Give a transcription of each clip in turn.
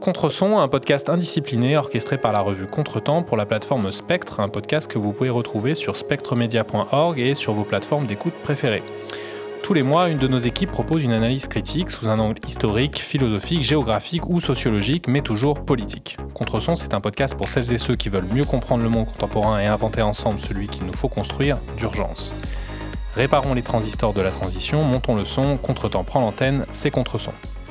Contreson, un podcast indiscipliné orchestré par la revue Contretemps pour la plateforme Spectre, un podcast que vous pouvez retrouver sur spectremedia.org et sur vos plateformes d'écoute préférées. Tous les mois, une de nos équipes propose une analyse critique sous un angle historique, philosophique, géographique ou sociologique, mais toujours politique. Contreson, c'est un podcast pour celles et ceux qui veulent mieux comprendre le monde contemporain et inventer ensemble celui qu'il nous faut construire d'urgence. Réparons les transistors de la transition, montons le son, Contretemps prend l'antenne, c'est Contreson.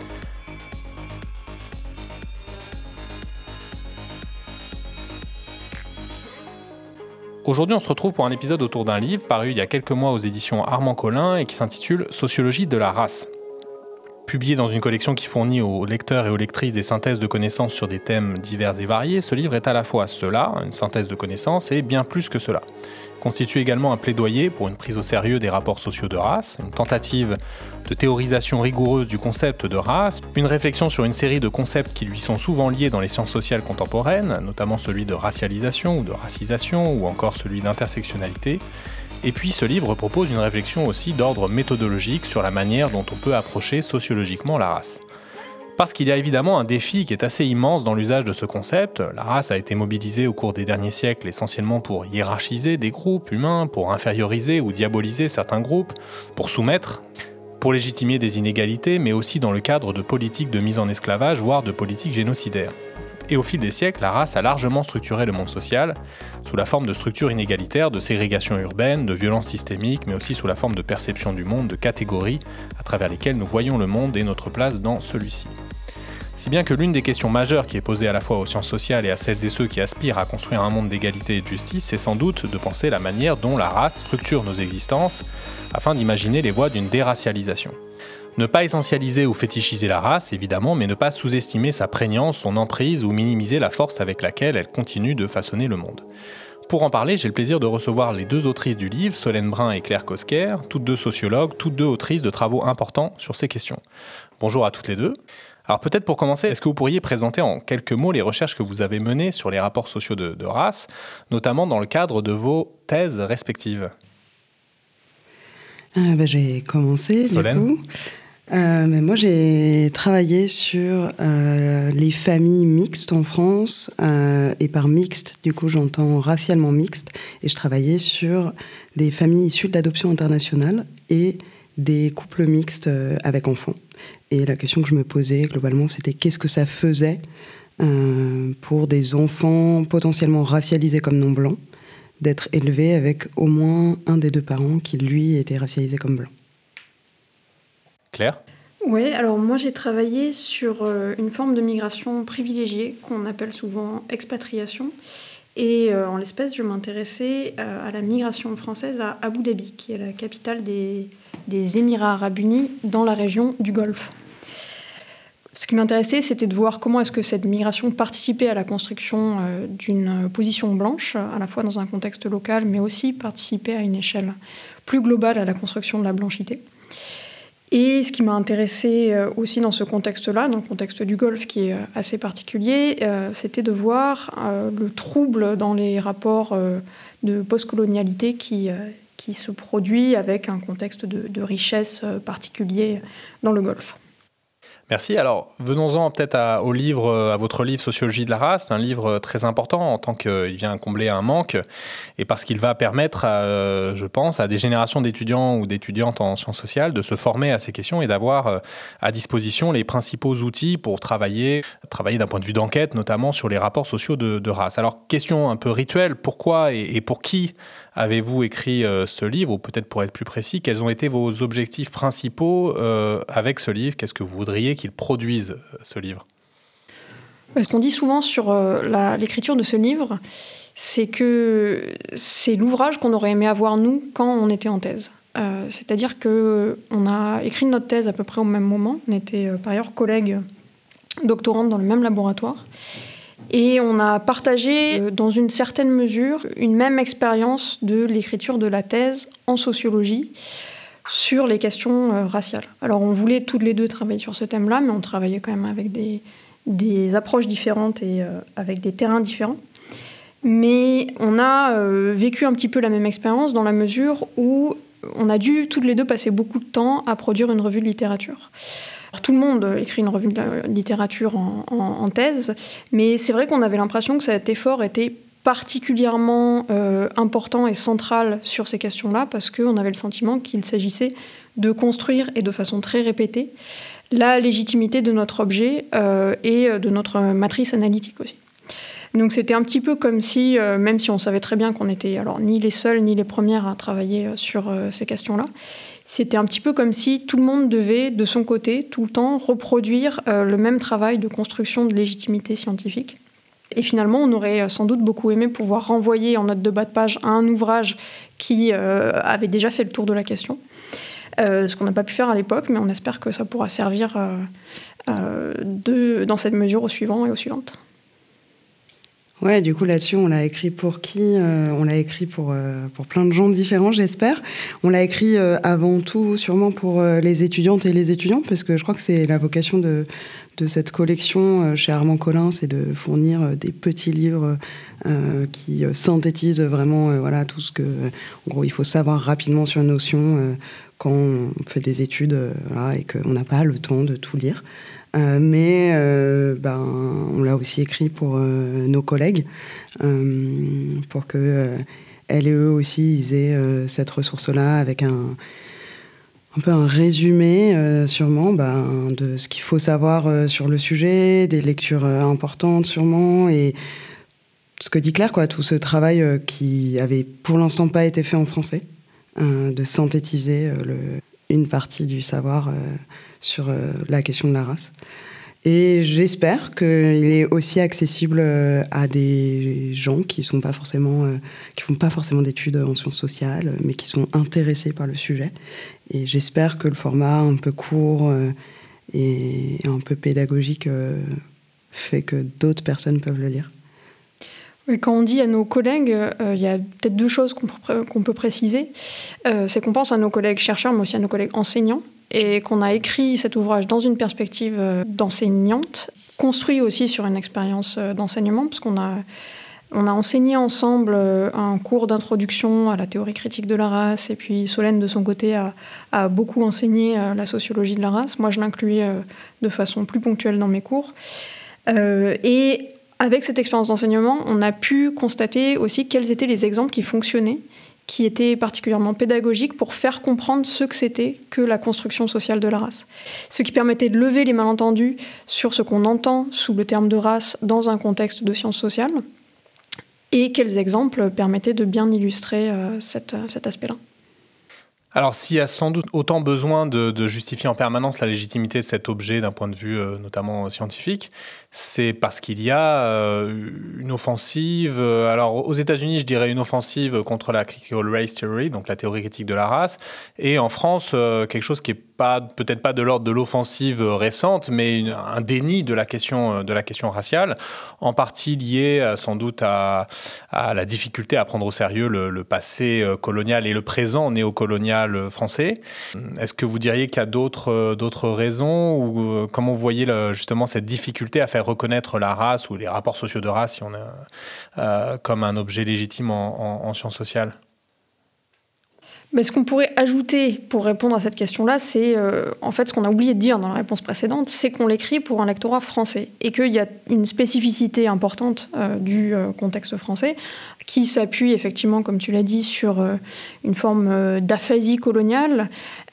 Aujourd'hui, on se retrouve pour un épisode autour d'un livre paru il y a quelques mois aux éditions Armand Collin et qui s'intitule « Sociologie de la race ». Publié dans une collection qui fournit aux lecteurs et aux lectrices des synthèses de connaissances sur des thèmes divers et variés, ce livre est à la fois cela, une synthèse de connaissances, et bien plus que cela. Il constitue également un plaidoyer pour une prise au sérieux des rapports sociaux de race, une tentative de théorisation rigoureuse du concept de race, une réflexion sur une série de concepts qui lui sont souvent liés dans les sciences sociales contemporaines, notamment celui de racialisation ou de racisation, ou encore celui d'intersectionnalité. Et puis ce livre propose une réflexion aussi d'ordre méthodologique sur la manière dont on peut approcher sociologiquement la race. Parce qu'il y a évidemment un défi qui est assez immense dans l'usage de ce concept. La race a été mobilisée au cours des derniers siècles essentiellement pour hiérarchiser des groupes humains, pour inférioriser ou diaboliser certains groupes, pour soumettre, pour légitimer des inégalités, mais aussi dans le cadre de politiques de mise en esclavage, voire de politiques génocidaires. Et au fil des siècles, la race a largement structuré le monde social, sous la forme de structures inégalitaires, de ségrégation urbaine, de violences systémiques, mais aussi sous la forme de perception du monde, de catégories, à travers lesquelles nous voyons le monde et notre place dans celui-ci. Si bien que l'une des questions majeures qui est posée à la fois aux sciences sociales et à celles et ceux qui aspirent à construire un monde d'égalité et de justice, c'est sans doute de penser la manière dont la race structure nos existences, afin d'imaginer les voies d'une déracialisation. Ne pas essentialiser ou fétichiser la race, évidemment, mais ne pas sous-estimer sa prégnance, son emprise ou minimiser la force avec laquelle elle continue de façonner le monde. Pour en parler, j'ai le plaisir de recevoir les deux autrices du livre, Solène Brun et Claire Kosker, toutes deux sociologues, toutes deux autrices de travaux importants sur ces questions. Bonjour à toutes les deux. Alors peut-être pour commencer, est-ce que vous pourriez présenter en quelques mots les recherches que vous avez menées sur les rapports sociaux de race, notamment dans le cadre de vos thèses respectives ? J'ai commencé, Solène. du coup. Mais moi, j'ai travaillé sur les familles mixtes en France. Et par mixte, du coup, j'entends racialement mixte. Et je travaillais sur des familles issues de l'adoption internationale et des couples mixtes avec enfants. Et la question que je me posais, globalement, c'était qu'est-ce que ça faisait pour des enfants potentiellement racialisés comme non blancs d'être élevés avec au moins un des deux parents qui, lui, était racialisé comme blanc. Claire ? Oui, alors moi j'ai travaillé sur une forme de migration privilégiée qu'on appelle souvent expatriation. Et en l'espèce, je m'intéressais à la migration française à Abu Dhabi, qui est la capitale des Émirats arabes unis dans la région du Golfe. Ce qui m'intéressait, c'était de voir comment est-ce que cette migration participait à la construction d'une position blanche, à la fois dans un contexte local, mais aussi participait à une échelle plus globale à la construction de la blanchité. Et ce qui m'a intéressé aussi dans ce contexte-là, dans le contexte du Golfe qui est assez particulier, c'était de voir le trouble dans les rapports de postcolonialité qui se produit avec un contexte de richesse particulier dans le Golfe. Merci. Alors, venons-en peut-être à votre livre Sociologie de la race, un livre très important en tant qu'il vient combler un manque et parce qu'il va permettre, je pense, à des générations d'étudiants ou d'étudiantes en sciences sociales de se former à ces questions et d'avoir à disposition les principaux outils pour travailler d'un point de vue d'enquête, notamment sur les rapports sociaux de race. Alors, question un peu rituelle, pourquoi et pour qui avez-vous écrit ce livre, ou peut-être pour être plus précis, quels ont été vos objectifs principaux avec ce livre ? Qu'est-ce que vous voudriez qu'il produise, ce livre ? Ce qu'on dit souvent sur l'écriture de ce livre, c'est que c'est l'ouvrage qu'on aurait aimé avoir, nous, quand on était en thèse. C'est-à-dire qu'on a écrit notre thèse à peu près au même moment. On était par ailleurs collègues doctorantes dans le même laboratoire. Et on a partagé, dans une certaine mesure, une même expérience de l'écriture de la thèse en sociologie sur les questions raciales. Alors on voulait toutes les deux travailler sur ce thème-là, mais on travaillait quand même avec des approches différentes et avec des terrains différents. Mais on a vécu un petit peu la même expérience dans la mesure où on a dû toutes les deux passer beaucoup de temps à produire une revue de littérature. Tout le monde écrit une revue de la littérature en thèse, mais c'est vrai qu'on avait l'impression que cet effort était particulièrement important et central sur ces questions-là, parce qu'on avait le sentiment qu'il s'agissait de construire, et de façon très répétée, la légitimité de notre objet et de notre matrice analytique aussi. Donc c'était un petit peu comme si, même si on savait très bien qu'on n'était ni les seuls ni les premières à travailler sur ces questions-là, c'était un petit peu comme si tout le monde devait, de son côté, tout le temps, reproduire le même travail de construction de légitimité scientifique. Et finalement, on aurait sans doute beaucoup aimé pouvoir renvoyer en note de bas de page à un ouvrage qui avait déjà fait le tour de la question. Ce qu'on n'a pas pu faire à l'époque, mais on espère que ça pourra servir dans cette mesure aux suivants et aux suivantes. Ouais, du coup, là-dessus, on l'a écrit pour qui ? On l'a écrit pour plein de gens différents, j'espère. On l'a écrit avant tout, sûrement, pour les étudiantes et les étudiants, parce que je crois que c'est la vocation de cette collection chez Armand Collin, c'est de fournir des petits livres qui synthétisent vraiment tout ce que... En gros, il faut savoir rapidement sur une notion quand on fait des études et qu'on n'a pas le temps de tout lire. Mais on l'a aussi écrit pour nos collègues, pour que elles et eux aussi ils aient cette ressource-là avec un peu un résumé sûrement de ce qu'il faut savoir sur le sujet, des lectures importantes sûrement, et ce que dit Claire, tout ce travail qui avait pour l'instant pas été fait en français, de synthétiser une partie du savoir sur la question de la race. Et j'espère qu'il est aussi accessible à des gens qui font pas forcément d'études en sciences sociales, mais qui sont intéressés par le sujet. Et j'espère que le format un peu court et un peu pédagogique fait que d'autres personnes peuvent le lire. Oui, quand on dit à nos collègues, il y a peut-être deux choses qu'on peut préciser. C'est qu'on pense à nos collègues chercheurs, mais aussi à nos collègues enseignants, et qu'on a écrit cet ouvrage dans une perspective d'enseignante, construit aussi sur une expérience d'enseignement, parce qu'on a enseigné ensemble un cours d'introduction à la théorie critique de la race, et puis Solène, de son côté, a beaucoup enseigné la sociologie de la race. Moi, je l'incluais de façon plus ponctuelle dans mes cours. Et avec cette expérience d'enseignement, on a pu constater aussi quels étaient les exemples qui fonctionnaient, qui étaient particulièrement pédagogiques pour faire comprendre ce que c'était que la construction sociale de la race. Ce qui permettait de lever les malentendus sur ce qu'on entend sous le terme de race dans un contexte de sciences sociales, et quels exemples permettaient de bien illustrer cet aspect-là. Alors, s'il y a sans doute autant besoin de justifier en permanence la légitimité de cet objet d'un point de vue notamment scientifique, c'est parce qu'il y a une offensive. Alors, aux États-Unis, je dirais une offensive contre la critical race theory, donc la théorie critique de la race, et en France, quelque chose qui est peut-être pas de l'ordre de l'offensive récente, mais un déni de la question raciale, en partie lié sans doute à la difficulté à prendre au sérieux le passé colonial et le présent néocolonial français. Est-ce que vous diriez qu'il y a d'autres raisons, ou comment vous voyez justement cette difficulté à faire reconnaître la race ou les rapports sociaux de race, si on a, comme un objet légitime en sciences sociales ? Mais ce qu'on pourrait ajouter pour répondre à cette question-là, c'est en fait ce qu'on a oublié de dire dans la réponse précédente, c'est qu'on l'écrit pour un lectorat français et qu'il y a une spécificité importante du contexte français qui s'appuie effectivement, comme tu l'as dit, sur une forme d'aphasie coloniale,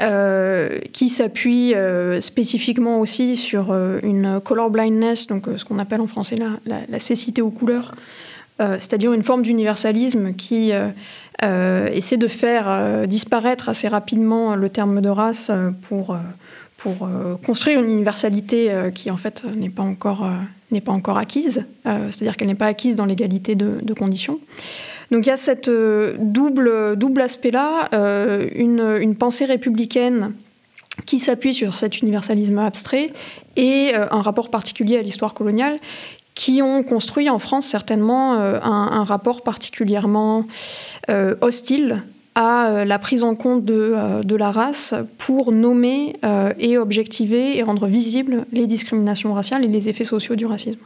qui s'appuie spécifiquement aussi sur une color blindness, donc ce qu'on appelle en français la cécité aux couleurs, c'est-à-dire une forme d'universalisme qui essaie de faire disparaître assez rapidement le terme de race pour construire une universalité qui en fait n'est pas encore acquise, c'est-à-dire qu'elle n'est pas acquise dans l'égalité de conditions. Donc il y a cette double aspect-là, une pensée républicaine qui s'appuie sur cet universalisme abstrait et un rapport particulier à l'histoire coloniale, qui ont construit en France certainement un rapport particulièrement hostile à la prise en compte de la race pour nommer et objectiver et rendre visibles les discriminations raciales et les effets sociaux du racisme.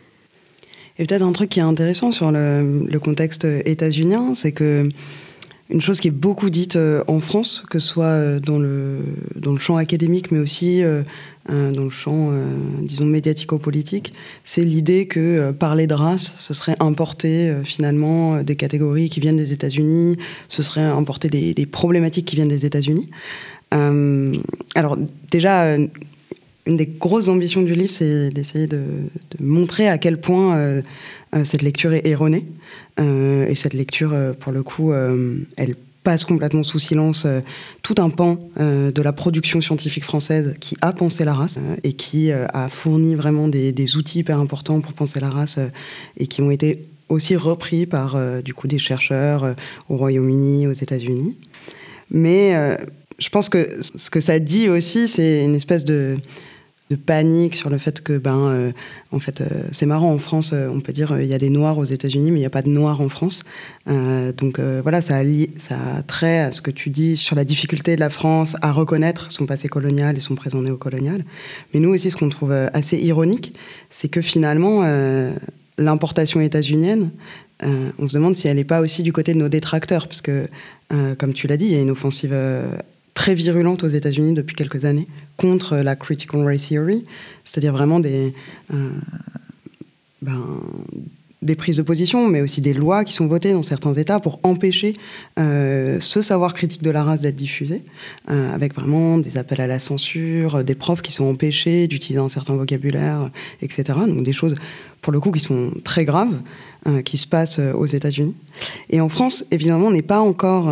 Et peut-être un truc qui est intéressant sur le contexte états-unien, c'est que une chose qui est beaucoup dite en France, que ce soit dans le champ académique, mais aussi dans le champ, disons, médiatico-politique, c'est l'idée que parler de race, ce serait importer finalement des catégories qui viennent des États-Unis, ce serait importer des problématiques qui viennent des États-Unis. Alors déjà, une des grosses ambitions du livre, c'est d'essayer de montrer à quel point cette lecture est erronée. Et cette lecture, pour le coup, elle passe complètement sous silence tout un pan de la production scientifique française qui a pensé la race et qui a fourni vraiment des outils hyper importants pour penser la race et qui ont été aussi repris par du coup des chercheurs au Royaume-Uni, aux États-Unis. Mais je pense que ce que ça dit aussi, c'est une espèce de panique sur le fait que, en fait, c'est marrant, en France, on peut dire il y a des Noirs aux États-Unis, mais il n'y a pas de Noirs en France. Donc voilà, ça a trait à ce que tu dis sur la difficulté de la France à reconnaître son passé colonial et son présent néocolonial. Mais nous aussi, ce qu'on trouve assez ironique, c'est que finalement, l'importation états-unienne, on se demande si elle n'est pas aussi du côté de nos détracteurs, parce que, comme tu l'as dit, il y a une offensive très virulente aux États-Unis depuis quelques années contre la critical race theory, c'est-à-dire vraiment des prises de position, mais aussi des lois qui sont votées dans certains États pour empêcher ce savoir critique de la race d'être diffusé, avec vraiment des appels à la censure, des profs qui sont empêchés d'utiliser un certain vocabulaire, etc. Donc des choses, pour le coup, qui sont très graves, qui se passent aux États-Unis. Et en France, évidemment, on n'est pas encore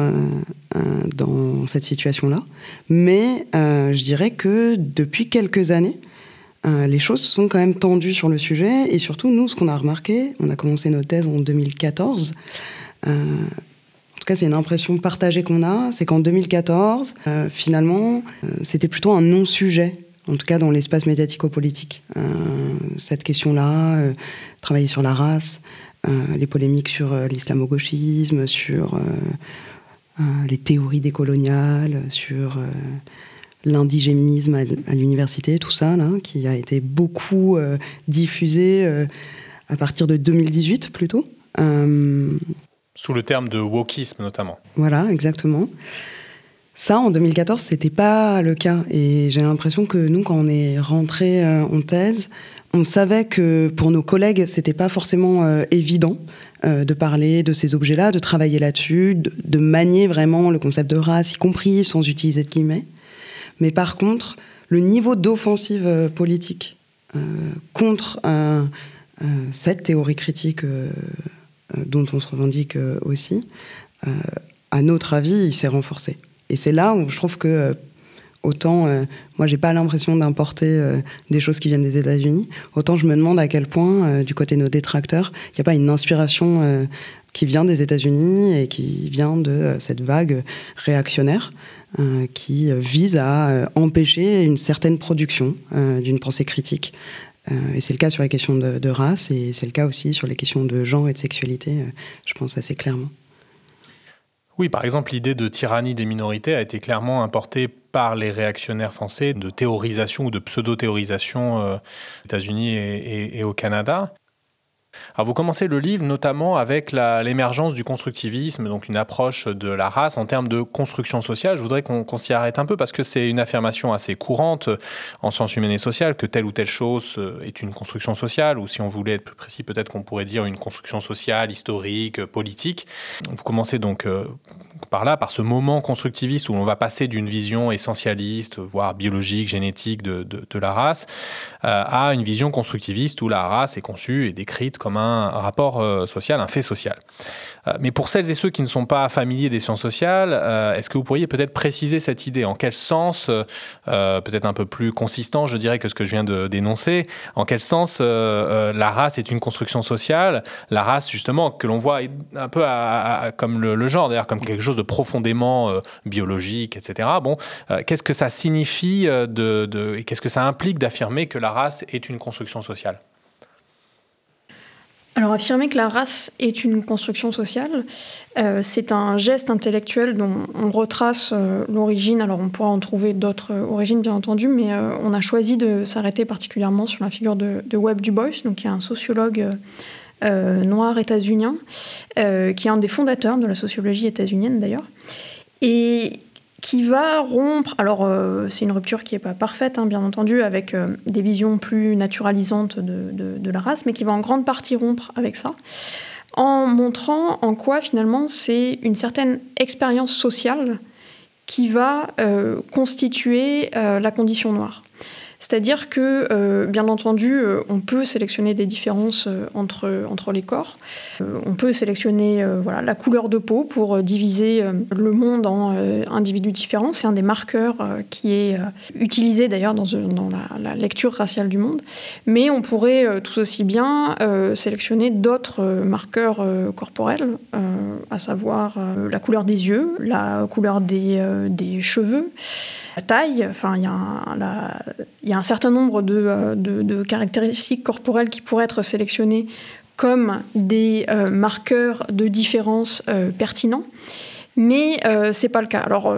dans cette situation-là, mais je dirais que depuis quelques années, les choses sont quand même tendues sur le sujet, et surtout, nous, ce qu'on a remarqué, on a commencé nos thèses en 2014, en tout cas, c'est une impression partagée qu'on a, c'est qu'en 2014, finalement, c'était plutôt un non-sujet, en tout cas dans l'espace médiatico-politique. Cette question-là, travailler sur la race, les polémiques sur l'islamo-gauchisme, sur les théories décoloniales, sur l'indigénisme à l'université, tout ça, là, qui a été beaucoup diffusé à partir de 2018, plutôt. Sous le terme de wokisme, notamment. Voilà, exactement. Ça, en 2014, c'était pas le cas. Et j'ai l'impression que nous, quand on est rentré en thèse, on savait que pour nos collègues, c'était pas forcément évident de parler de ces objets-là, de travailler là-dessus, de manier vraiment le concept de race, y compris sans utiliser de guillemets. Mais par contre, le niveau d'offensive politique contre cette théorie critique dont on se revendique aussi, à notre avis, il s'est renforcé. Et c'est là où je trouve que autant, moi, j'ai pas l'impression d'importer des choses qui viennent des États-Unis, autant je me demande à quel point, du côté de nos détracteurs, il n'y a pas une inspiration qui vient des États-Unis et qui vient de cette vague réactionnaire qui vise à empêcher une certaine production d'une pensée critique. Et c'est le cas sur les questions de race, et c'est le cas aussi sur les questions de genre et de sexualité, je pense assez clairement. Oui, par exemple, l'idée de tyrannie des minorités a été clairement importée par les réactionnaires français, de théorisation ou de pseudo-théorisation aux États-Unis et au Canada. Alors vous commencez le livre notamment avec l'émergence du constructivisme, donc une approche de la race en termes de construction sociale. Je voudrais qu'on s'y arrête un peu parce que c'est une affirmation assez courante en sciences humaines et sociales que telle ou telle chose est une construction sociale, ou si on voulait être plus précis, peut-être qu'on pourrait dire une construction sociale, historique, politique. Vous commencez donc par ce moment constructiviste où on va passer d'une vision essentialiste, voire biologique, génétique de la race, à une vision constructiviste où la race est conçue et décrite comme un rapport social, un fait social. Mais pour celles et ceux qui ne sont pas familiers des sciences sociales, est-ce que vous pourriez peut-être préciser cette idée ? En quel sens, peut-être un peu plus consistant, je dirais, que ce que je viens de dénoncer, en quel sens la race est une construction sociale ? La race, justement, que l'on voit un peu comme le genre, d'ailleurs, comme quelque chose de profondément biologique, etc. Bon, qu'est-ce que ça signifie et qu'est-ce que ça implique d'affirmer que la race est une construction sociale ? Alors, affirmer que la race est une construction sociale, c'est un geste intellectuel dont on retrace l'origine. Alors, on pourra en trouver d'autres origines, bien entendu, mais on a choisi de s'arrêter particulièrement sur la figure de Webb Du Bois, donc qui est un sociologue noir états-unien, qui est un des fondateurs de la sociologie états-unienne d'ailleurs, et qui va rompre, alors c'est une rupture qui n'est pas parfaite, bien entendu, avec des visions plus naturalisantes de la race, mais qui va en grande partie rompre avec ça, en montrant en quoi finalement c'est une certaine expérience sociale qui va constituer la condition noire. C'est-à-dire que, bien entendu, on peut sélectionner des différences entre les corps. On peut sélectionner la couleur de peau pour diviser le monde en individus différents. C'est un des marqueurs qui est utilisé d'ailleurs dans la lecture raciale du monde. Mais on pourrait tout aussi bien sélectionner d'autres marqueurs corporels, à savoir la couleur des yeux, la couleur des cheveux, la taille. Enfin, il y a un certain nombre de caractéristiques corporelles qui pourraient être sélectionnées comme des marqueurs de différence pertinents. Mais c'est pas le cas. Alors,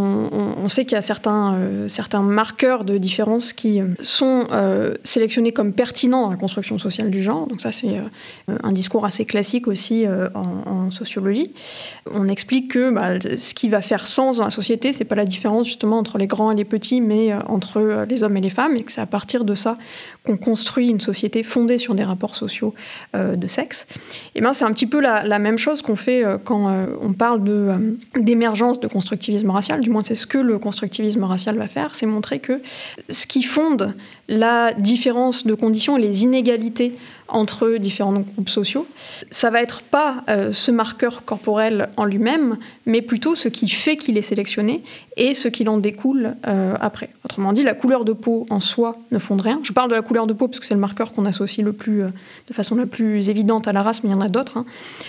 on sait qu'il y a certains marqueurs de différence qui sont sélectionnés comme pertinents dans la construction sociale du genre. Donc ça, c'est un discours assez classique aussi en sociologie. On explique que ce qui va faire sens dans la société, c'est pas la différence justement entre les grands et les petits, mais entre les hommes et les femmes, et que c'est à partir de ça qu'on construit une société fondée sur des rapports sociaux de sexe. Et c'est un petit peu la même chose qu'on fait quand on parle d'émergence de constructivisme racial. Du moins, c'est ce que le constructivisme racial va faire, c'est montrer que ce qui fonde la différence de conditions et les inégalités entre différents groupes sociaux, ça va être pas ce marqueur corporel en lui-même, mais plutôt ce qui fait qu'il est sélectionné et ce qu'il en découle après. Autrement dit, la couleur de peau en soi ne fonde rien. Je parle de la couleur de peau parce que c'est le marqueur qu'on associe de façon la plus évidente à la race, mais il y en a d'autres.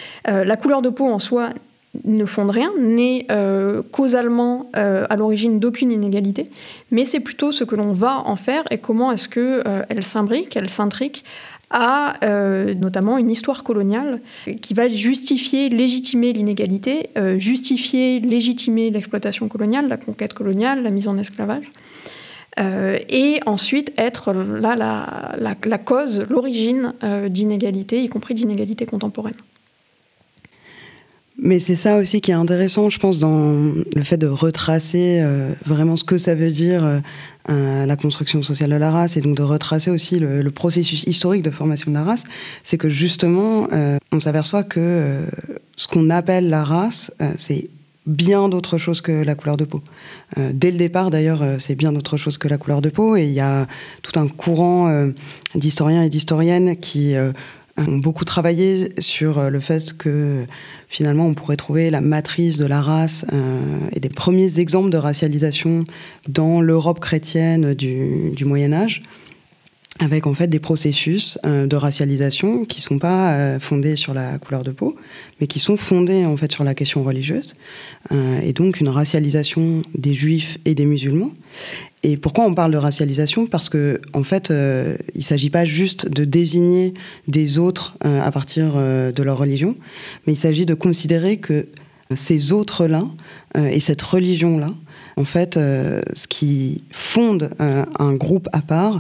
La couleur de peau en soi ne fonde rien, n'est causalement à l'origine d'aucune inégalité, mais c'est plutôt ce que l'on va en faire et comment est-ce qu'elle s'imbrique, elle s'intrique à notamment une histoire coloniale qui va justifier, légitimer l'inégalité, justifier, légitimer l'exploitation coloniale, la conquête coloniale, la mise en esclavage, et ensuite être là la cause, l'origine d'inégalités, y compris d'inégalités contemporaines. Mais c'est ça aussi qui est intéressant, je pense, dans le fait de retracer vraiment ce que ça veut dire la construction sociale de la race, et donc de retracer aussi le processus historique de formation de la race. C'est que justement, on s'aperçoit que ce qu'on appelle la race, c'est bien d'autre chose que la couleur de peau. Dès le départ, d'ailleurs, c'est bien d'autre chose que la couleur de peau, et il y a tout un courant d'historiens et d'historiennes qui ont beaucoup travaillé sur le fait que finalement on pourrait trouver la matrice de la race et des premiers exemples de racialisation dans l'Europe chrétienne du Moyen-Âge, avec en fait des processus de racialisation qui sont pas fondés sur la couleur de peau, mais qui sont fondés en fait sur la question religieuse, et donc une racialisation des juifs et des musulmans. Et pourquoi on parle de racialisation ? Parce que en fait, il s'agit pas juste de désigner des autres à partir de leur religion, mais il s'agit de considérer que ces autres-là et cette religion-là, en fait, ce qui fonde un groupe à part,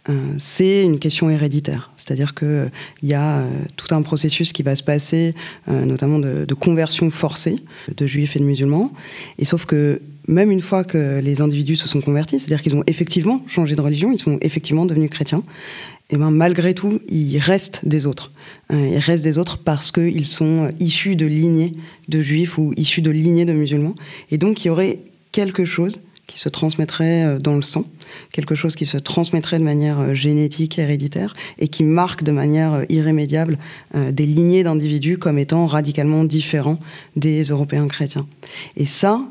c'est une question héréditaire. C'est-à-dire qu'il y a tout un processus qui va se passer, notamment de conversion forcée de juifs et de musulmans. Et sauf que même une fois que les individus se sont convertis, c'est-à-dire qu'ils ont effectivement changé de religion, ils sont effectivement devenus chrétiens, et malgré tout, ils restent des autres. Ils restent des autres parce qu'ils sont issus de lignées de juifs ou issus de lignées de musulmans. Et donc, il y aurait quelque chose qui se transmettrait dans le sang, quelque chose qui se transmettrait de manière génétique, héréditaire, et qui marque de manière irrémédiable des lignées d'individus comme étant radicalement différents des Européens chrétiens. Et ça,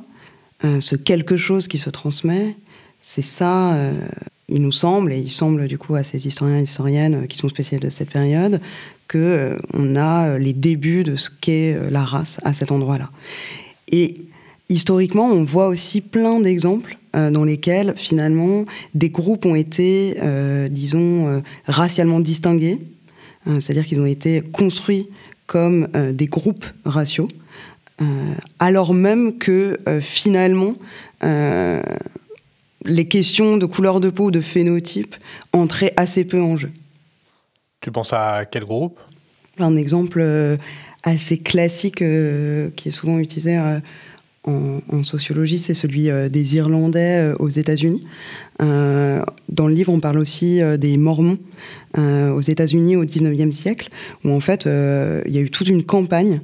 ce quelque chose qui se transmet, c'est ça, il nous semble, et il semble du coup à ces historiens et historiennes qui sont spécialistes de cette période, qu'on a les débuts de ce qu'est la race à cet endroit-là. Et historiquement, on voit aussi plein d'exemples dans lesquels, finalement, des groupes ont été, racialement distingués, c'est-à-dire qu'ils ont été construits comme des groupes raciaux, alors même que, finalement, les questions de couleur de peau, de phénotype, entraient assez peu en jeu. Tu penses à quel groupe ? Un exemple assez classique qui est souvent utilisé en sociologie, c'est celui des Irlandais aux États-Unis. Dans le livre, on parle aussi des Mormons aux États-Unis au XIXe siècle, où en fait, il y a eu toute une campagne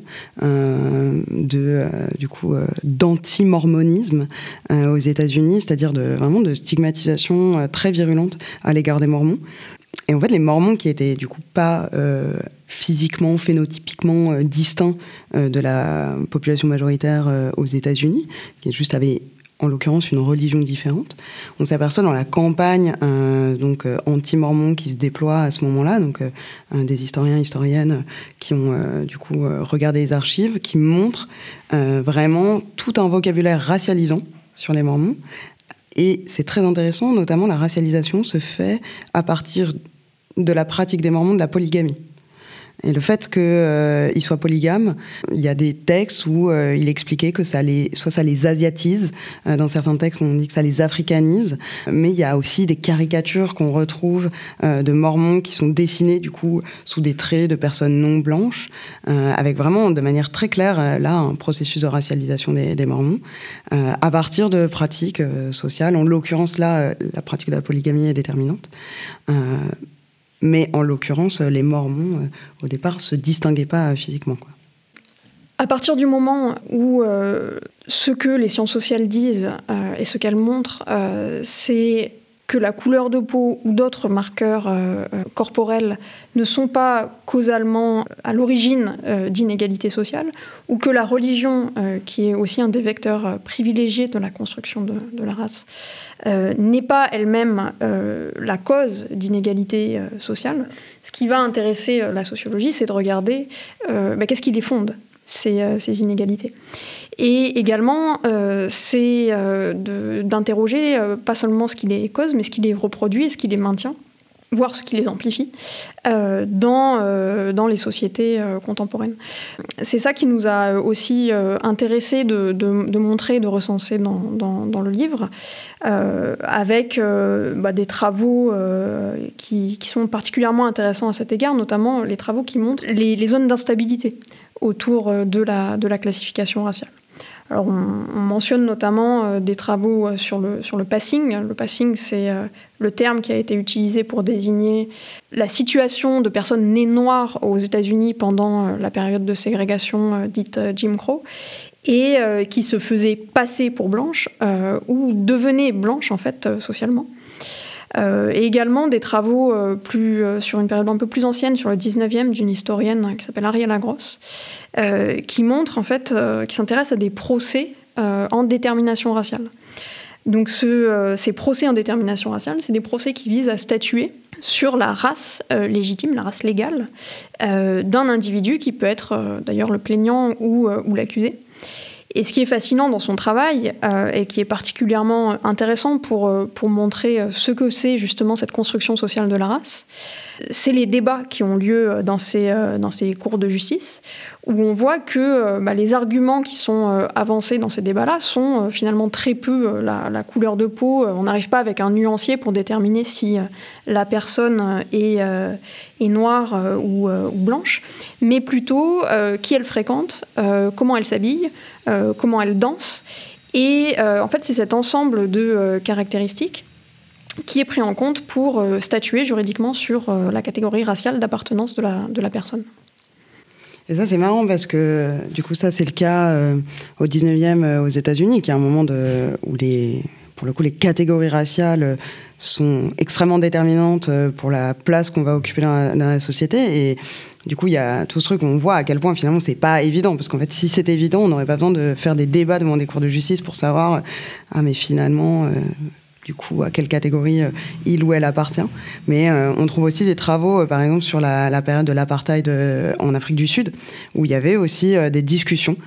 d'anti-mormonisme aux États-Unis, c'est-à-dire vraiment de stigmatisation très virulente à l'égard des Mormons. Et en fait, les Mormons, qui étaient du coup pas physiquement, phénotypiquement distincts de la population majoritaire aux États-Unis, qui juste avaient en l'occurrence une religion différente, on s'aperçoit dans la campagne anti-mormon qui se déploie à ce moment-là, des historiens et historiennes qui ont regardé les archives, qui montrent vraiment tout un vocabulaire racialisant sur les Mormons. Et c'est très intéressant, notamment la racialisation se fait à partir de la pratique des Mormons de la polygamie. Et le fait qu'ils soient polygames, il y a des textes où il expliquait que ça les asiatise. Dans certains textes, on dit que ça les africanise. Mais il y a aussi des caricatures qu'on retrouve de Mormons qui sont dessinés du coup sous des traits de personnes non blanches, avec vraiment de manière très claire là un processus de racialisation des Mormons à partir de pratiques sociales. En l'occurrence là, la pratique de la polygamie est déterminante. Mais en l'occurrence, les Mormons, au départ, ne se distinguaient pas physiquement, quoi. À partir du moment où ce que les sciences sociales disent et ce qu'elles montrent, c'est que la couleur de peau ou d'autres marqueurs corporels ne sont pas causalement à l'origine d'inégalités sociales, ou que la religion, qui est aussi un des vecteurs privilégiés de la construction de la race, n'est pas elle-même la cause d'inégalités sociales, ce qui va intéresser la sociologie, c'est de regarder qu'est-ce qui les fonde, ces inégalités. Et également, c'est d'interroger pas seulement ce qui les cause, mais ce qui les reproduit et ce qui les maintient, voire ce qui les amplifie dans les sociétés contemporaines. C'est ça qui nous a aussi intéressés de montrer, de recenser dans le livre, avec des travaux qui sont particulièrement intéressants à cet égard, notamment les travaux qui montrent les zones d'instabilité autour de la classification raciale. Alors on mentionne notamment des travaux sur le passing. Le passing, c'est le terme qui a été utilisé pour désigner la situation de personnes nées noires aux États-Unis pendant la période de ségrégation dite Jim Crow, et qui se faisaient passer pour blanches ou devenaient blanches en fait socialement. Et également des travaux sur une période un peu plus ancienne, sur le 19e, d'une historienne qui s'appelle Ariella Gross, qui montre en fait, qui s'intéresse à des procès en détermination raciale. Donc ces procès en détermination raciale, c'est des procès qui visent à statuer sur la race légitime, la race légale d'un individu qui peut être d'ailleurs le plaignant ou l'accusé. Et ce qui est fascinant dans son travail, et qui est particulièrement intéressant pour montrer ce que c'est justement cette construction sociale de la race, c'est les débats qui ont lieu dans ces cours de justice, où on voit que les arguments qui sont avancés dans ces débats-là sont finalement très peu la couleur de peau. On n'arrive pas avec un nuancier pour déterminer si la personne est noire ou blanche, mais plutôt qui elle fréquente, comment elle s'habille, comment elle danse. Et en fait, c'est cet ensemble de caractéristiques qui est pris en compte pour statuer juridiquement sur la catégorie raciale d'appartenance de la personne. Et ça, c'est marrant parce que, du coup, ça, c'est le cas au 19e aux États-Unis, qui est un moment où pour le coup, les catégories raciales sont extrêmement déterminantes pour la place qu'on va occuper dans la société. Et du coup, il y a tout ce truc où on voit à quel point, finalement, c'est pas évident. Parce qu'en fait, si c'était évident, on n'aurait pas besoin de faire des débats devant des cours de justice pour savoir, mais finalement... du coup, à quelle catégorie il ou elle appartient. Mais on trouve aussi des travaux, par exemple, sur la période de l'apartheid en Afrique du Sud, où il y avait aussi des discussions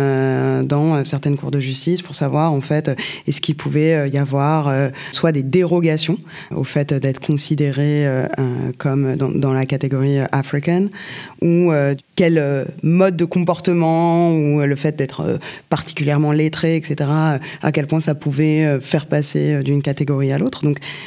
dans certaines cours de justice pour savoir, en fait, est-ce qu'il pouvait y avoir soit des dérogations au fait d'être considéré comme dans la catégorie africaine, ou quel mode de comportement, ou le fait d'être particulièrement lettré, etc., à quel point ça pouvait faire passer d'une catégorie à l'autre. Donc,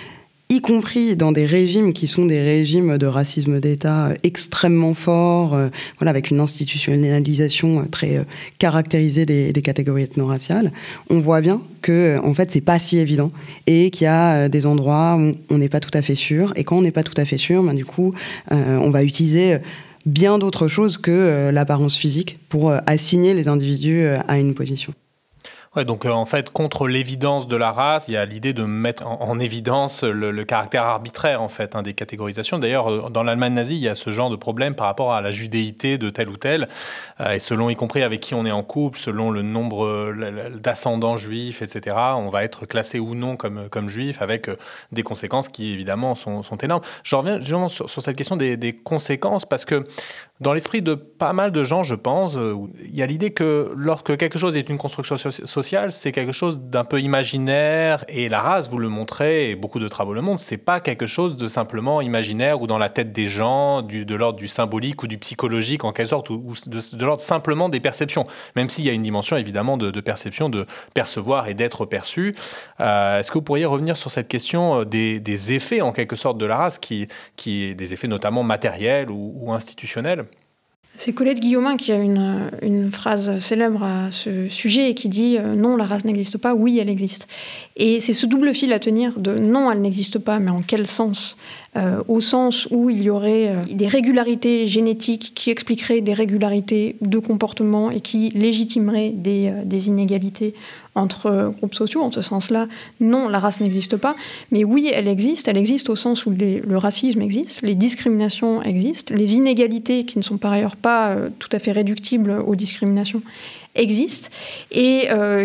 y compris dans des régimes qui sont des régimes de racisme d'État extrêmement forts, avec une institutionnalisation très caractérisée des catégories ethno-raciales, on voit bien que en fait c'est pas si évident et qu'il y a des endroits où on n'est pas tout à fait sûr, et quand on n'est pas tout à fait sûr, du coup on va utiliser bien d'autres choses que l'apparence physique pour assigner les individus à une position. Ouais, donc en fait, contre l'évidence de la race, il y a l'idée de mettre en évidence le caractère arbitraire en fait des catégorisations. D'ailleurs, dans l'Allemagne nazie, il y a ce genre de problème par rapport à la judéité de tel ou tel, et selon, y compris avec qui on est en couple, selon le nombre d'ascendants juifs, etc., on va être classé ou non comme juif, avec des conséquences qui évidemment sont énormes. Je reviens justement sur cette question des conséquences, parce que dans l'esprit de pas mal de gens, je pense, il y a l'idée que lorsque quelque chose est une construction sociale, c'est quelque chose d'un peu imaginaire. Et la race, vous le montrez, et beaucoup de travaux le montrent, c'est pas quelque chose de simplement imaginaire ou dans la tête des gens, de l'ordre du symbolique ou du psychologique en quelque sorte, ou de l'ordre simplement des perceptions. Même s'il y a une dimension évidemment de perception, de percevoir et d'être perçu. Est-ce que vous pourriez revenir sur cette question des effets en quelque sorte de la race, qui des effets notamment matériels ou institutionnels? C'est Colette Guillaumin qui a une phrase célèbre à ce sujet et qui dit « Non, la race n'existe pas, oui, elle existe ». Et c'est ce double fil à tenir de « Non, elle n'existe pas, mais en quel sens ?» Au sens où il y aurait des régularités génétiques qui expliqueraient des régularités de comportement et qui légitimeraient des inégalités entre groupes sociaux. En ce sens-là, non, la race n'existe pas. Mais oui, elle existe au sens où le racisme existe, les discriminations existent, les inégalités, qui ne sont par ailleurs pas tout à fait réductibles aux discriminations, existent. Et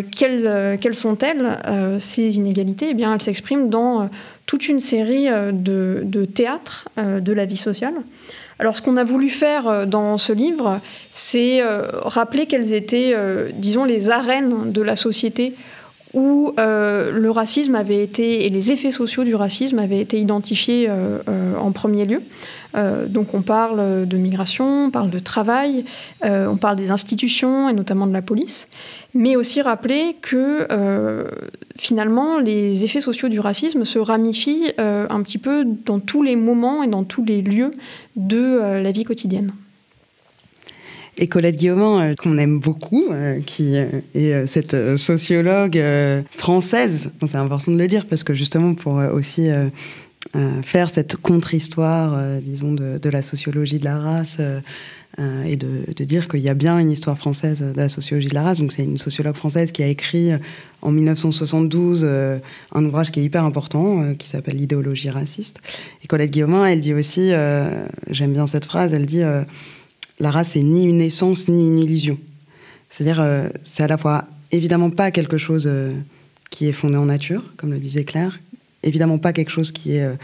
quelles sont-elles, ces inégalités ? Eh bien, elles s'expriment dans toute une série de théâtres de la vie sociale. Alors, ce qu'on a voulu faire dans ce livre, c'est rappeler quelles étaient, disons, les arènes de la société où le racisme avait été, et les effets sociaux du racisme avaient été identifiés en premier lieu. Donc on parle de migration, on parle de travail, on parle des institutions et notamment de la police, mais aussi rappeler que finalement les effets sociaux du racisme se ramifient un petit peu dans tous les moments et dans tous les lieux de la vie quotidienne. Et Colette Guillaumin, qu'on aime beaucoup, qui est cette sociologue française, c'est important de le dire, parce que justement pour aussi faire cette contre-histoire, disons, de la sociologie de la race, et de dire qu'il y a bien une histoire française de la sociologie de la race. Donc c'est une sociologue française qui a écrit en 1972 un ouvrage qui est hyper important, qui s'appelle « L'idéologie raciste ». Et Colette Guillaumin, elle dit aussi, j'aime bien cette phrase, elle dit la race, c'est ni une essence, ni une illusion. C'est-à-dire, c'est à la fois, évidemment, pas quelque chose qui est fondé en nature, comme le disait Claire, évidemment pas quelque chose qui est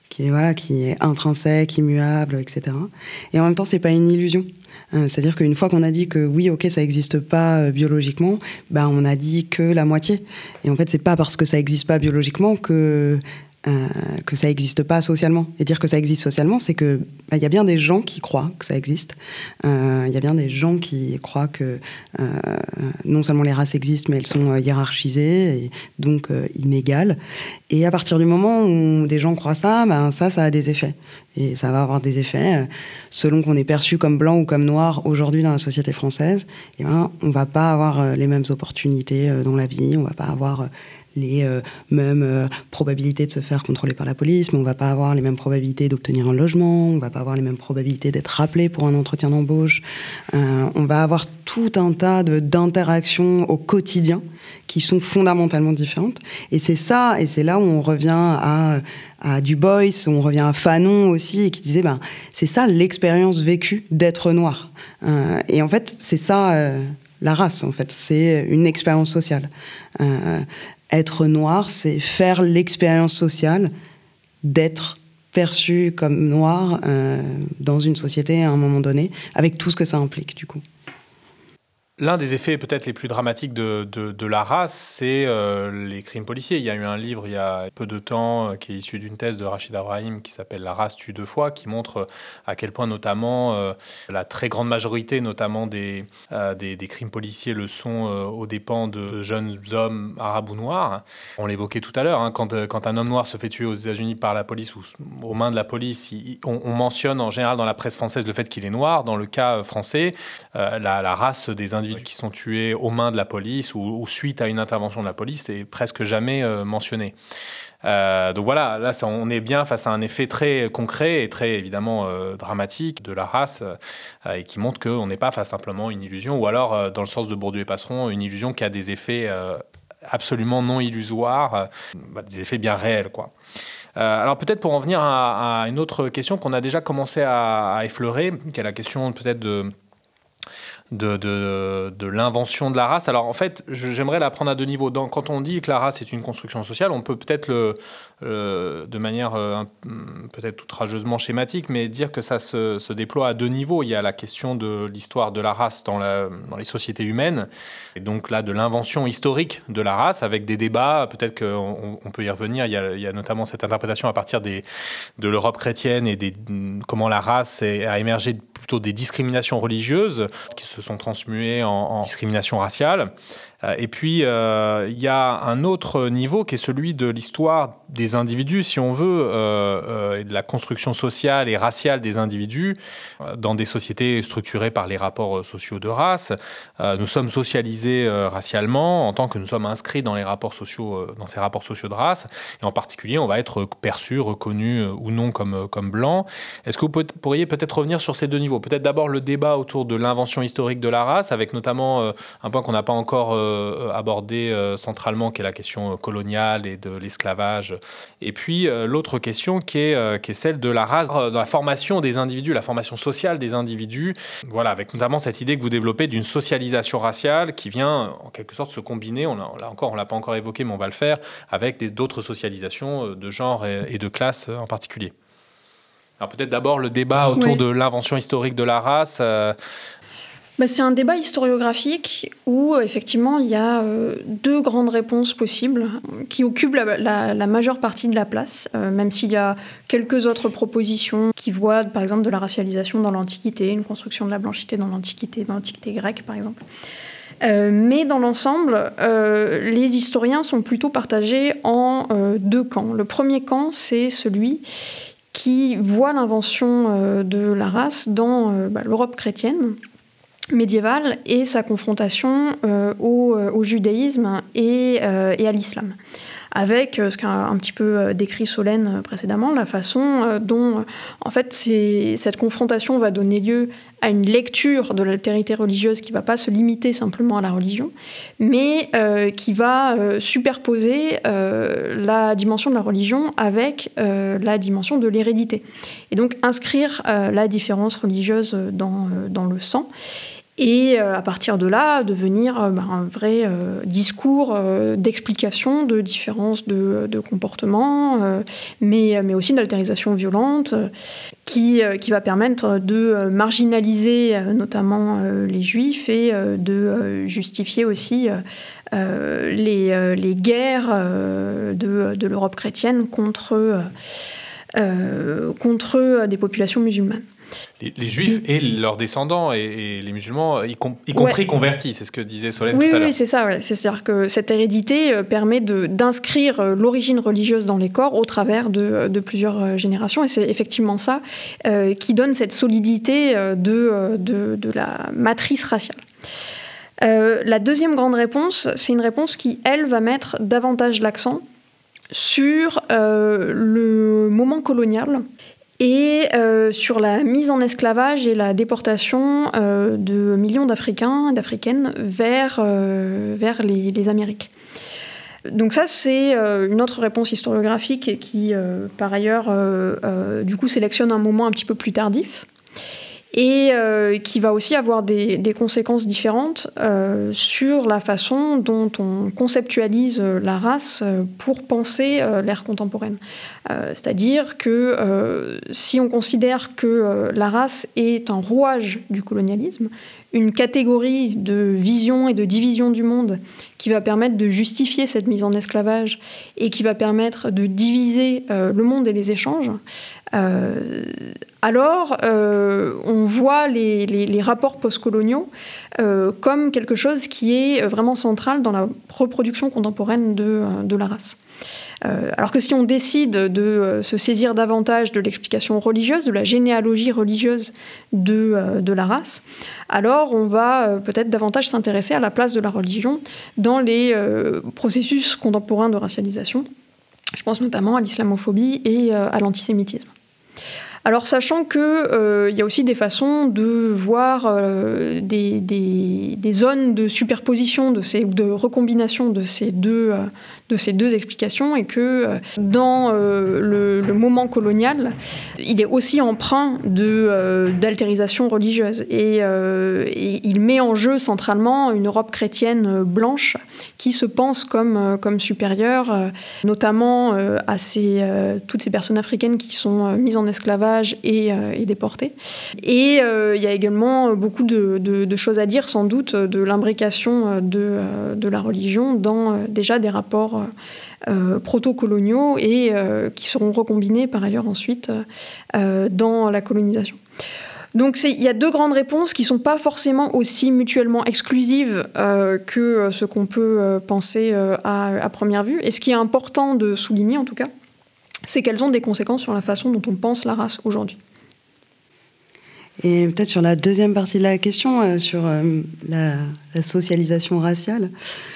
intrinsèque, immuable, etc. Et en même temps, c'est pas une illusion. C'est-à-dire qu'une fois qu'on a dit que oui, ok, ça n'existe pas biologiquement, on a dit que la moitié. Et en fait, c'est pas parce que ça n'existe pas biologiquement que ça n'existe pas socialement. Et dire que ça existe socialement, c'est que y a bien des gens qui croient que ça existe. Y a bien des gens qui croient que non seulement les races existent, mais elles sont hiérarchisées et donc inégales. Et à partir du moment où des gens croient ça, ça a des effets. Et ça va avoir des effets selon qu'on est perçu comme blanc ou comme noir aujourd'hui dans la société française. On ne va pas avoir les mêmes opportunités dans la vie, on ne va pas avoir les mêmes probabilités de se faire contrôler par la police, mais on ne va pas avoir les mêmes probabilités d'obtenir un logement, on ne va pas avoir les mêmes probabilités d'être rappelé pour un entretien d'embauche. On va avoir tout un tas d'interactions au quotidien qui sont fondamentalement différentes. Et c'est ça, et c'est là où on revient à Du Bois, où on revient à Fanon aussi, et qui disait, c'est ça l'expérience vécue d'être noir. Et en fait, c'est ça la race, en fait. C'est une expérience sociale. Être noir, c'est faire l'expérience sociale d'être perçu comme noir dans une société à un moment donné, avec tout ce que ça implique, du coup. L'un des effets peut-être les plus dramatiques de la race, c'est les crimes policiers. Il y a eu un livre il y a peu de temps qui est issu d'une thèse de Rachid Abrahim qui s'appelle « La race tue deux fois », qui montre à quel point notamment la très grande majorité notamment des crimes policiers le sont aux dépens de jeunes hommes arabes ou noirs. On l'évoquait tout à l'heure, hein, quand un homme noir se fait tuer aux États-Unis par la police ou aux mains de la police, on mentionne en général dans la presse française le fait qu'il est noir. Dans le cas français, la race des individus qui sont tués aux mains de la police ou suite à une intervention de la police est presque jamais mentionnée. Donc voilà, là on est bien face à un effet très concret et très évidemment dramatique de la race et qui montre qu'on n'est pas face simplement à une illusion ou alors, dans le sens de Bourdieu et Passeron, une illusion qui a des effets absolument non illusoires, des effets bien réels, quoi. Alors peut-être pour en venir à une autre question qu'on a déjà commencé à effleurer, qui est la question peut-être de l'invention de la race. Alors en fait, j'aimerais la prendre à deux niveaux. Quand on dit que la race est une construction sociale, on peut peut-être de manière peut-être outrageusement schématique, mais dire que ça se déploie à deux niveaux. Il y a la question de l'histoire de la race dans les sociétés humaines, et donc là de l'invention historique de la race, avec des débats, peut-être qu'on peut y revenir. Il y a notamment cette interprétation à partir de l'Europe chrétienne et comment la race a émergé plutôt des discriminations religieuses qui se sont transmuées en discrimination raciale. Et puis, il y a un autre niveau qui est celui de l'histoire des individus, si on veut, et de la construction sociale et raciale des individus dans des sociétés structurées par les rapports sociaux de race. Nous sommes socialisés racialement en tant que nous sommes inscrits dans ces rapports sociaux de race. Et en particulier, on va être perçu, reconnu ou non comme blanc. Est-ce que vous pourriez peut-être revenir sur ces deux niveaux ? Peut-être d'abord le débat autour de l'invention historique de la race, avec notamment un point qu'on n'a pas encore abordé centralement, qui est la question coloniale et de l'esclavage. Et puis l'autre question qui est celle de la race, de la formation des individus, la formation sociale des individus. Voilà, avec notamment cette idée que vous développez d'une socialisation raciale qui vient en quelque sorte se combiner, on l'a pas encore évoqué, mais on va le faire, avec d'autres socialisations de genre et de classe en particulier. Alors peut-être d'abord le débat autour de l'invention historique de la race. C'est un débat historiographique où effectivement il y a deux grandes réponses possibles qui occupent la majeure partie de la place, même s'il y a quelques autres propositions qui voient par exemple de la racialisation dans l'Antiquité, une construction de la blanchité dans l'Antiquité grecque par exemple. Mais dans l'ensemble, les historiens sont plutôt partagés en deux camps. Le premier camp, c'est celui qui voit l'invention de la race dans l'Europe chrétienne médiévale et sa confrontation au judaïsme et à l'islam. Avec ce qu'a un petit peu décrit Solène précédemment, la façon dont en fait cette confrontation va donner lieu à une lecture de l'altérité religieuse qui ne va pas se limiter simplement à la religion, mais qui va superposer la dimension de la religion avec la dimension de l'hérédité. Et donc inscrire la différence religieuse dans le sang. Et à partir de là, devenir un vrai discours d'explication de différences de comportement, mais aussi d'altérisation violente, qui va permettre de marginaliser notamment les juifs et de justifier aussi les guerres de l'Europe chrétienne contre des populations musulmanes. Les juifs et leurs descendants et les musulmans, y compris convertis, c'est ce que disait Solène tout à l'heure. Oui, c'est ça. Ouais. C'est-à-dire que cette hérédité permet d'inscrire l'origine religieuse dans les corps au travers de plusieurs générations. Et c'est effectivement ça qui donne cette solidité de la matrice raciale. La deuxième grande réponse, c'est une réponse qui, elle, va mettre davantage l'accent sur le moment colonial et sur la mise en esclavage et la déportation de millions d'Africains, d'Africaines vers les Amériques. Donc ça, c'est une autre réponse historiographique qui, par ailleurs, du coup, sélectionne un moment un petit peu plus tardif et qui va aussi avoir des conséquences différentes sur la façon dont on conceptualise la race pour penser l'ère contemporaine. C'est-à-dire que si on considère que la race est un rouage du colonialisme, une catégorie de vision et de division du monde qui va permettre de justifier cette mise en esclavage et qui va permettre de diviser le monde et les échanges, alors on voit les rapports postcoloniaux comme quelque chose qui est vraiment central dans la reproduction contemporaine de la race. Alors que si on décide de se saisir davantage de l'explication religieuse, de la généalogie religieuse de la race, alors on va peut-être davantage s'intéresser à la place de la religion dans les processus contemporains de racialisation. Je pense notamment à l'islamophobie et à l'antisémitisme. Alors, sachant qu'il y a aussi des façons de voir des zones de superposition, de recombination de ces deux explications, et que dans le moment colonial, il est aussi empreint d'altérisation religieuse. Et il met en jeu centralement une Europe chrétienne blanche qui se pense comme supérieure, notamment à toutes ces personnes africaines qui sont mises en esclavage et déportées. Et il y a également beaucoup de choses à dire, sans doute, de l'imbrication de la religion dans déjà des rapports proto-coloniaux et qui seront recombinés par ailleurs ensuite dans la colonisation. Donc il y a deux grandes réponses qui ne sont pas forcément aussi mutuellement exclusives que ce qu'on peut penser à première vue. Et ce qui est important de souligner en tout cas, c'est qu'elles ont des conséquences sur la façon dont on pense la race aujourd'hui. Et peut-être sur la deuxième partie de la question, sur la socialisation raciale.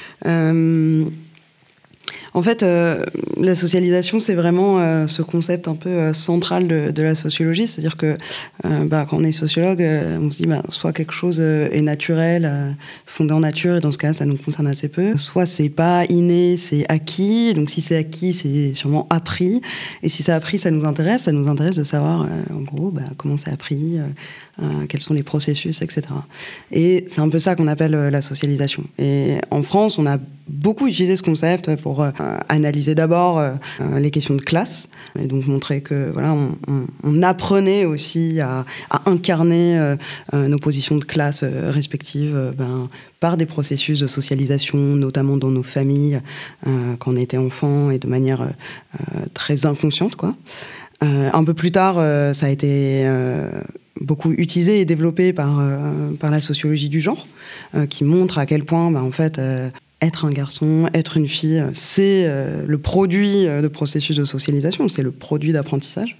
En fait, la socialisation, c'est vraiment ce concept un peu central de la sociologie. C'est-à-dire que quand on est sociologue, on se dit soit quelque chose est naturel, fondé en nature, et dans ce cas, ça nous concerne assez peu. Soit c'est pas inné, c'est acquis. Donc si c'est acquis, c'est sûrement appris. Et si c'est appris, ça nous intéresse. Ça nous intéresse de savoir, en gros, comment c'est appris, quels sont les processus, etc. Et c'est un peu ça qu'on appelle la socialisation. Et en France, on a beaucoup utilisé ce concept pour analyser d'abord les questions de classe, et donc montrer que voilà, on apprenait aussi à incarner nos positions de classe respectives par des processus de socialisation, notamment dans nos familles quand on était enfant, et de manière très inconsciente, quoi. Un peu plus tard, ça a été beaucoup utilisé et développé par la sociologie du genre, qui montre à quel point, en fait, être un garçon, être une fille, c'est le produit de processus de socialisation, c'est le produit d'apprentissage.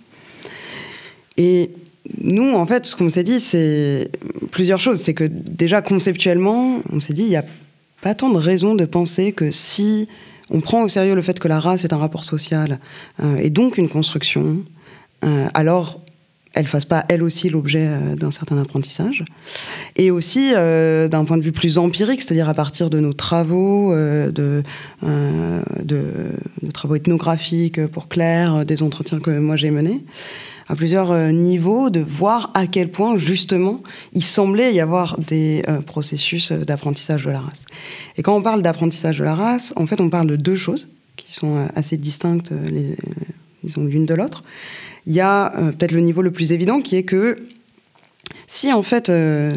Et nous, en fait, ce qu'on s'est dit, c'est plusieurs choses. C'est que déjà, conceptuellement, on s'est dit, il n'y a pas tant de raisons de penser que si on prend au sérieux le fait que la race est un rapport social et donc une construction, alors elle ne fasse pas, elle aussi, l'objet d'un certain apprentissage. Et aussi, d'un point de vue plus empirique, c'est-à-dire à partir de nos travaux, de travaux ethnographiques pour Claire, des entretiens que moi j'ai menés, à plusieurs niveaux, de voir à quel point, justement, il semblait y avoir des processus d'apprentissage de la race. Et quand on parle d'apprentissage de la race, en fait, on parle de deux choses qui sont assez distinctes, disons, l'une de l'autre. Il y a peut-être le niveau le plus évident qui est que si en fait la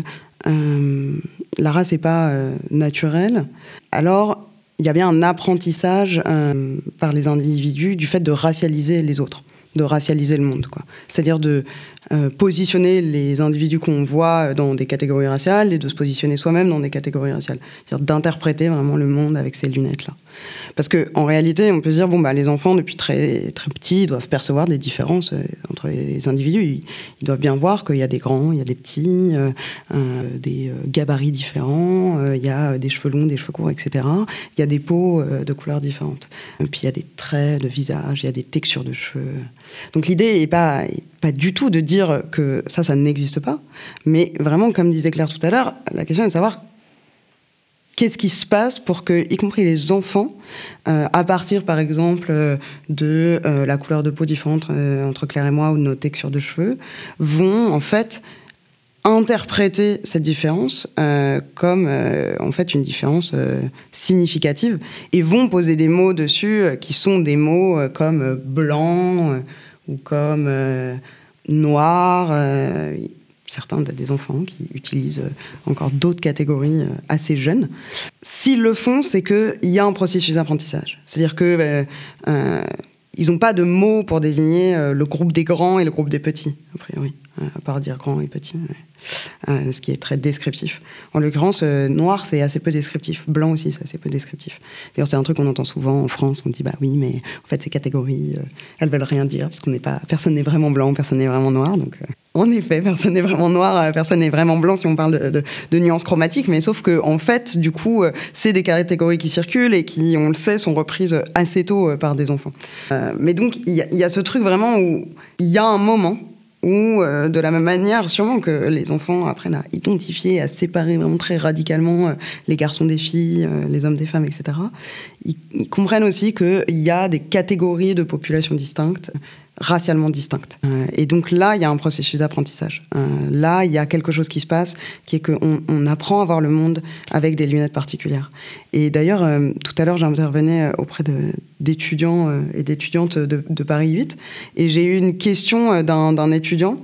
race n'est pas naturelle, alors il y a bien un apprentissage par les individus du fait de racialiser les autres, de racialiser le monde, quoi. C'est-à-dire de positionner les individus qu'on voit dans des catégories raciales et de se positionner soi-même dans des catégories raciales. C'est-à-dire d'interpréter vraiment le monde avec ces lunettes-là. Parce qu'en réalité, on peut se dire, les enfants, depuis très, très petits, ils doivent percevoir des différences entre les individus. Ils doivent bien voir qu'il y a des grands, il y a des petits, des gabarits différents, il y a des cheveux longs, des cheveux courts, etc. Il y a des peaux de couleurs différentes. Et puis il y a des traits de visage, il y a des textures de cheveux. Donc l'idée n'est pas du tout de dire que ça n'existe pas, mais vraiment, comme disait Claire tout à l'heure, la question est de savoir qu'est-ce qui se passe pour que, y compris les enfants, à partir, par exemple, de la couleur de peau différente entre Claire et moi, ou de nos textures de cheveux, vont, en fait, interpréter cette différence comme, en fait, une différence significative, et vont poser des mots dessus qui sont des mots comme blanc ou comme noir. certains des enfants qui utilisent encore d'autres catégories assez jeunes. S'ils le font, c'est qu'il y a un processus d'apprentissage. C'est-à-dire que ils n'ont pas de mots pour désigner le groupe des grands et le groupe des petits, a priori, à part dire grands et petits, ce qui est très descriptif. En l'occurrence, noir, c'est assez peu descriptif. Blanc aussi, c'est assez peu descriptif. D'ailleurs, c'est un truc qu'on entend souvent en France. On dit, bah oui, mais en fait, ces catégories, elles veulent rien dire, parce personne n'est vraiment blanc, personne n'est vraiment noir. Donc, en effet, personne n'est vraiment noir, personne n'est vraiment blanc si on parle de nuances chromatiques. Mais sauf que, en fait, du coup, c'est des catégories qui circulent et qui, on le sait, sont reprises assez tôt par des enfants. Mais donc, il y a ce truc vraiment où il y a un moment où, de la même manière, sûrement que les enfants apprennent à identifier, à séparer vraiment très radicalement les garçons des filles, les hommes des femmes, etc., ils comprennent aussi qu'il y a des catégories de populations distinctes, racialement distinctes. Et donc là, il y a un processus d'apprentissage. Là, il y a quelque chose qui se passe, qui est qu'on apprend à voir le monde avec des lunettes particulières. Et d'ailleurs, tout à l'heure, j'intervenais auprès d'étudiants et d'étudiantes de Paris 8, et j'ai eu une question d'un étudiant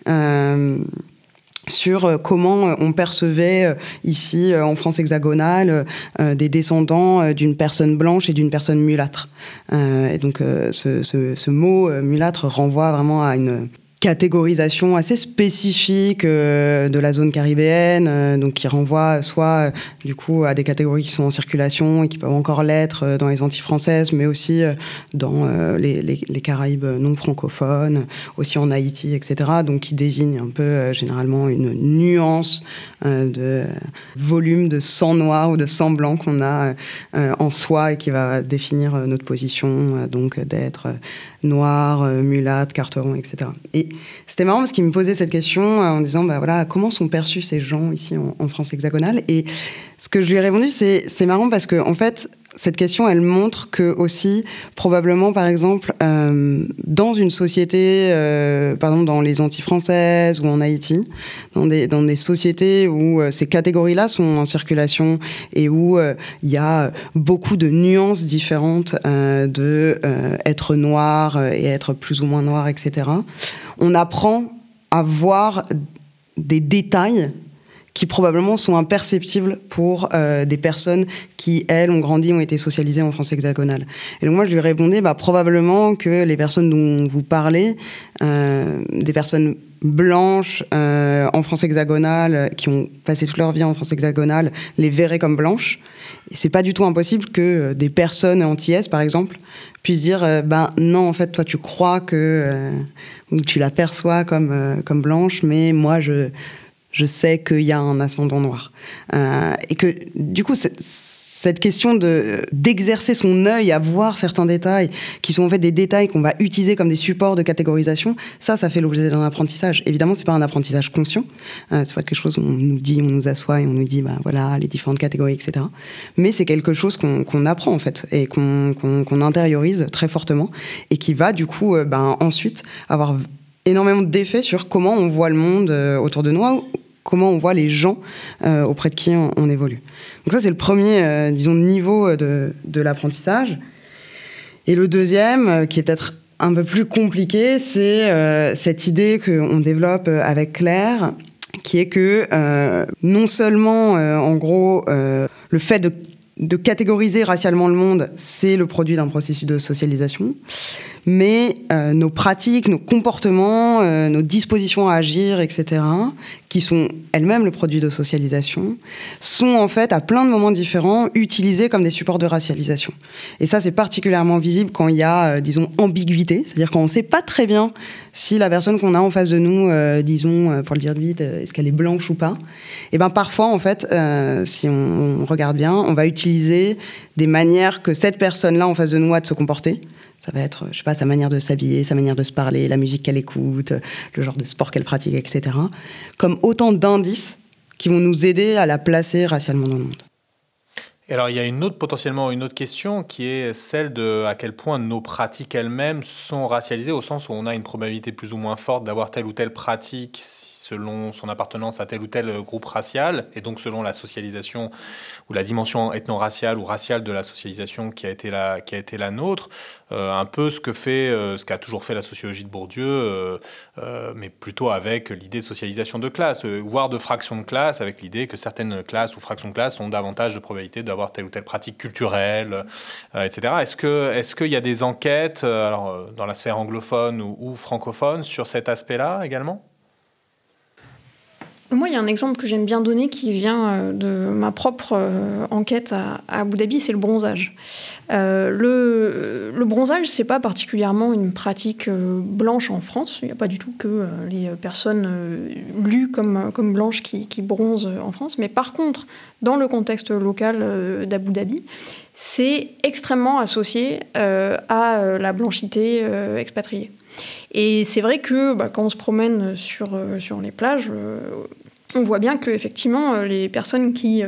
sur comment on percevait ici, en France hexagonale, des descendants d'une personne blanche et d'une personne mulâtre. Et donc, ce mot mulâtre renvoie vraiment à une catégorisation assez spécifique de la zone caribéenne, donc qui renvoie soit du coup à des catégories qui sont en circulation et qui peuvent encore l'être dans les Antilles françaises, mais aussi dans les Caraïbes non francophones, aussi en Haïti, etc. Donc qui désigne un peu généralement une nuance de volume de sang noir ou de sang blanc qu'on a en soi et qui va définir notre position, donc d'être noir, mulâtre, carteron, etc. Et c'était marrant parce qu'il me posait cette question en disant, bah voilà, comment sont perçus ces gens ici en France hexagonale ? Et ce que je lui ai répondu, c'est marrant parce que en fait, cette question, elle montre que aussi, probablement, par exemple, dans une société, par exemple dans les Antilles françaises ou en Haïti, dans des sociétés où ces catégories-là sont en circulation et où il y a beaucoup de nuances différentes de être noir et être plus ou moins noir, etc. On apprend à voir des détails qui probablement sont imperceptibles pour des personnes qui, elles, ont grandi, ont été socialisées en France hexagonale. Et donc moi, je lui répondais, probablement que les personnes dont vous parlez, des personnes blanches en France hexagonale, qui ont passé toute leur vie en France hexagonale, les verraient comme blanches. Et c'est pas du tout impossible que des personnes antillaises, par exemple, puissent dire, non, en fait, toi, tu crois que... ou tu la perçois comme blanche, mais moi, je sais qu'il y a un ascendant noir. Et que, du coup, cette question d'exercer son œil à voir certains détails, qui sont en fait des détails qu'on va utiliser comme des supports de catégorisation, ça fait l'objet d'un apprentissage. Évidemment, c'est pas un apprentissage conscient. C'est pas quelque chose où on nous assoit et on nous dit, voilà, les différentes catégories, etc. Mais c'est quelque chose qu'on apprend, en fait, et qu'on intériorise très fortement, et qui va, du coup, ensuite avoir énormément d'effets sur comment on voit le monde autour de nous, comment on voit les gens auprès de qui on évolue. Donc ça, c'est le premier, niveau de l'apprentissage. Et le deuxième, qui est peut-être un peu plus compliqué, c'est cette idée qu'on développe avec Claire, qui est que non seulement, en gros, le fait de catégoriser racialement le monde, c'est le produit d'un processus de socialisation, mais nos pratiques, nos comportements, nos dispositions à agir, etc., qui sont elles-mêmes le produit de socialisation, sont en fait, à plein de moments différents, utilisés comme des supports de racialisation. Et ça, c'est particulièrement visible quand il y a, ambiguïté, c'est-à-dire quand on ne sait pas très bien si la personne qu'on a en face de nous, pour le dire vite, est-ce qu'elle est blanche ou pas. Et parfois, en fait, si on regarde bien, on va utiliser des manières que cette personne-là en face de nous a de se comporter. Ça va être, sa manière de s'habiller, sa manière de se parler, la musique qu'elle écoute, le genre de sport qu'elle pratique, etc. Comme autant d'indices qui vont nous aider à la placer racialement dans le monde. Et alors, il y a potentiellement une autre question qui est celle de à quel point nos pratiques elles-mêmes sont racialisées, au sens où on a une probabilité plus ou moins forte d'avoir telle ou telle pratique selon son appartenance à tel ou tel groupe racial, et donc selon la socialisation ou la dimension ethno-raciale ou raciale de la socialisation qui a été la nôtre, un peu ce qu'a toujours fait la sociologie de Bourdieu, mais plutôt avec l'idée de socialisation de classe, voire de fraction de classe, avec l'idée que certaines classes ou fractions de classe ont davantage de probabilité d'avoir telle ou telle pratique culturelle, etc. Est-ce qu'il y a des enquêtes, dans la sphère anglophone ou francophone, sur cet aspect-là également ? Moi, il y a un exemple que j'aime bien donner qui vient de ma propre enquête à Abu Dhabi, c'est le bronzage. Le bronzage, c'est pas particulièrement une pratique blanche en France. Il n'y a pas du tout que les personnes lues comme blanches qui bronzent en France. Mais par contre, dans le contexte local d'Abu Dhabi, c'est extrêmement associé à la blanchité expatriée. Et c'est vrai que quand on se promène sur les plages, on voit bien qu'effectivement, les personnes qui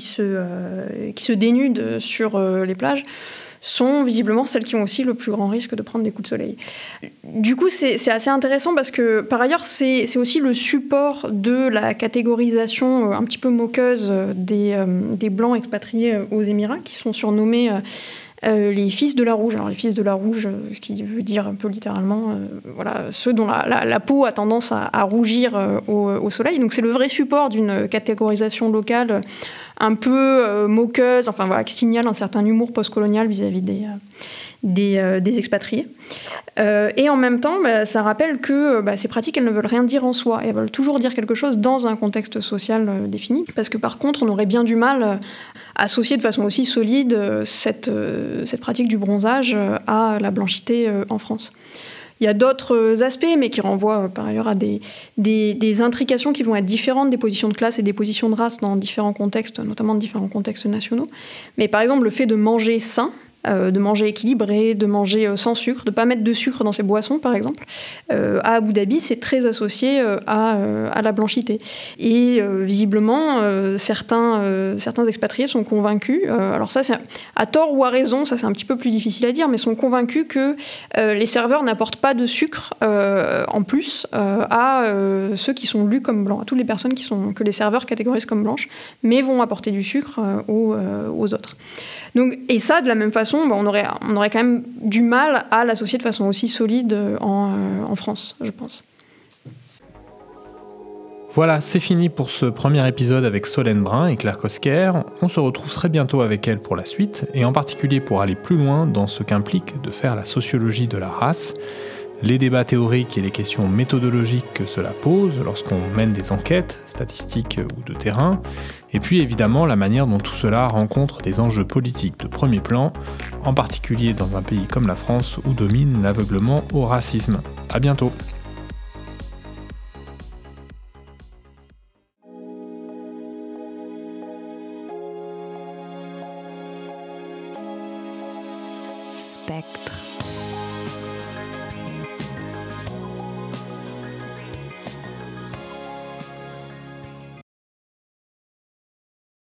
se dénudent sur les plages sont visiblement celles qui ont aussi le plus grand risque de prendre des coups de soleil. Du coup, c'est assez intéressant parce que, par ailleurs, c'est aussi le support de la catégorisation un petit peu moqueuse des Blancs expatriés aux Émirats, qui sont surnommés les fils de la rouge. Alors les fils de la rouge, ce qui veut dire un peu littéralement ceux dont la peau a tendance à rougir au soleil. Donc c'est le vrai support d'une catégorisation locale un peu moqueuse, qui signale un certain humour postcolonial vis-à-vis des expatriés. Et en même temps, ça rappelle que ces pratiques, elles ne veulent rien dire en soi. Elles veulent toujours dire quelque chose dans un contexte social défini. Parce que par contre, on aurait bien du mal à associer de façon aussi solide cette pratique du bronzage à la blanchité en France. Il y a d'autres aspects, mais qui renvoient par ailleurs à des intrications qui vont être différentes des positions de classe et des positions de race dans différents contextes, notamment dans différents contextes nationaux. Mais par exemple, le fait de manger sain, de manger équilibré, de manger sans sucre, de ne pas mettre de sucre dans ses boissons, par exemple. À Abu Dhabi, c'est très associé à la blanchité. Et visiblement, certains expatriés sont convaincus, alors ça, c'est à tort ou à raison, ça c'est un petit peu plus difficile à dire, mais sont convaincus que les serveurs n'apportent pas de sucre en plus à ceux qui sont lus comme blancs, à toutes les personnes que les serveurs catégorisent comme blanches, mais vont apporter du sucre aux autres. Donc, et ça, de la même façon, on aurait quand même du mal à l'associer de façon aussi solide en France, je pense. Voilà, c'est fini pour ce premier épisode avec Solène Brun et Claire Cosquer. On se retrouve très bientôt avec elles pour la suite, et en particulier pour aller plus loin dans ce qu'implique de faire la sociologie de la race, les débats théoriques et les questions méthodologiques que cela pose lorsqu'on mène des enquêtes, statistiques ou de terrain, et puis évidemment la manière dont tout cela rencontre des enjeux politiques de premier plan, en particulier dans un pays comme la France où domine l'aveuglement au racisme. À bientôt. Spectre.